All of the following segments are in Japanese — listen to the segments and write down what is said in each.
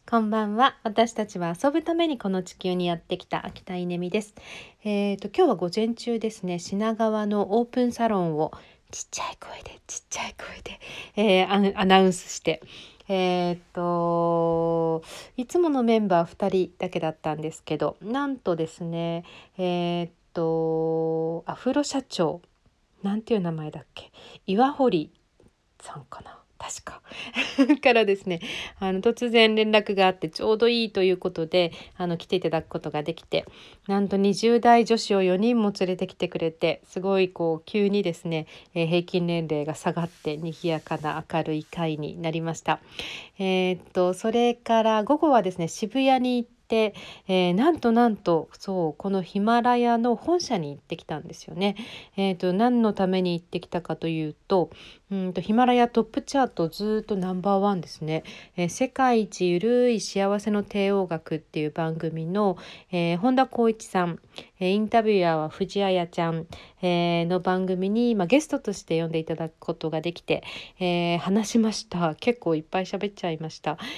こんばんは。私たちは遊ぶためにこの地球にやってきた秋田稲美です。今日は午前中ですね、品川のオープンサロンをちっちゃい声で、アナウンスして、いつものメンバー2人だけだったんですけど、なんとですね、アフロ社長、なんていう名前だっけ、岩堀さんかな、確かからですね、突然連絡があって、ちょうどいいということで来ていただくことができて、なんと20代女子を4人も連れてきてくれて、すごい急にですね、平均年齢が下がって賑やかな明るい会になりました。それから午後はですね、渋谷に行って、なんとそうこのヒマラヤの本社に行ってきたんですよね。何のために行ってきたかというと、ヒマラヤトップチャートずっとナンバーワンですね。世界一ゆるい幸せの帝王学っていう番組の、本田光一さん、インタビュアーは藤あやちゃん、の番組に、ゲストとして呼んでいただくことができて、話しました。結構いっぱい喋っちゃいました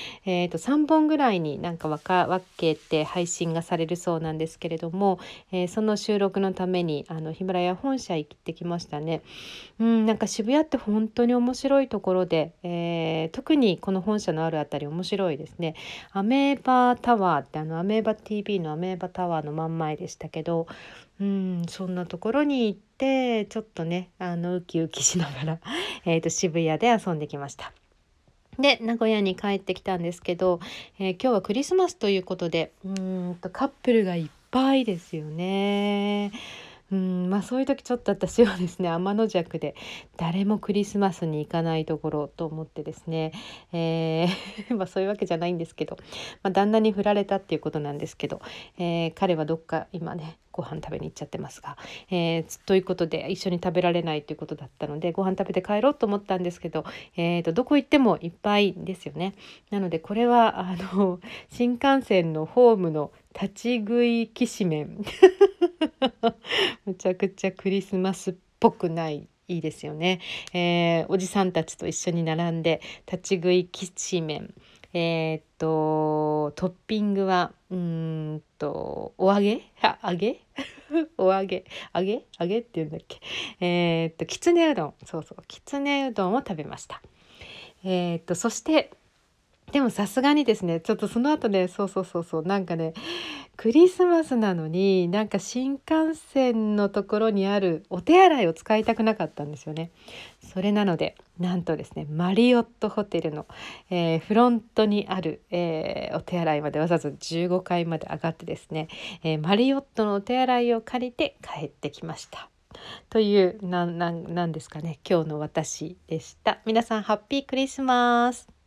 。3本ぐらいに分けて配信がされるそうなんですけれども、その収録のためにヒマラヤ本社行ってきましたね。渋谷って本当に面白いところで、特にこの本社のあるあたり面白いですね。アメーバタワーってアメーバ TV のアメーバタワーの真ん前でしたけど、そんなところに行ってちょっとねウキウキしながら渋谷で遊んできました。で名古屋に帰ってきたんですけど、今日はクリスマスということでカップルがいっぱいですよね。そういう時ちょっと私はですね、天の弱で誰もクリスマスに行かないところと思ってですね、そういうわけじゃないんですけど、旦那に振られたっていうことなんですけど、彼はどっか今ねご飯食べに行っちゃってますが、ということで一緒に食べられないということだったので、ご飯食べて帰ろうと思ったんですけど、どこ行ってもいっぱいですよね。なのでこれは新幹線のホームの立ち食いきしめんむちゃくちゃクリスマスっぽくないいいですよね。おじさんたちと一緒に並んで立ち食いきしめん、トッピングはお揚げ揚げお揚げ揚げっていうんだっけ、きつねうどん、きつねうどんを食べました。そしてでもさすがにですね、ちょっとその後ね、クリスマスなのに新幹線のところにあるお手洗いを使いたくなかったんですよね。それなのでなんとですね、マリオットホテルの、フロントにある、お手洗いまでわざわざ15階まで上がってですね、マリオットのお手洗いを借りて帰ってきました。というなんですかね、今日の私でした。皆さんハッピークリスマス。